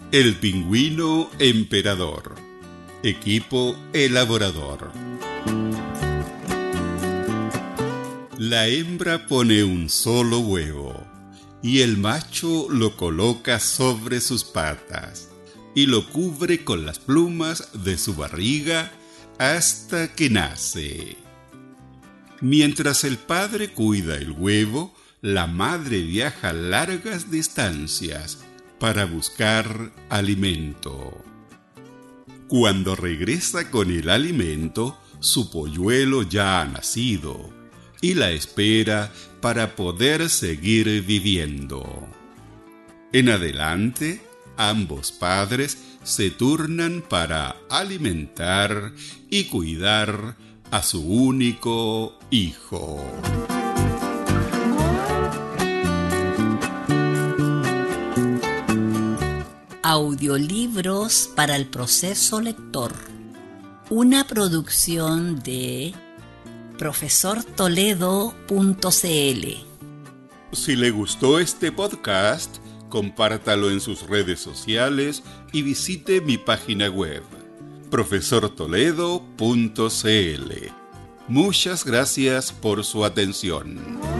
El pingüino emperador. Equipo elaborador. La hembra pone un solo huevo y el macho lo coloca sobre sus patas y lo cubre con las plumas de su barriga hasta que nace. Mientras el padre cuida el huevo, la madre viaja largas distancias para buscar alimento. Cuando regresa con el alimento, su polluelo ya ha nacido y la espera para poder seguir viviendo. En adelante, ambos padres se turnan para alimentar y cuidar a su único hijo. Audiolibros para el proceso lector. Una producción de profesortoledo.cl. Si le gustó este podcast, compártalo en sus redes sociales y visite mi página web, profesortoledo.cl. Muchas gracias por su atención.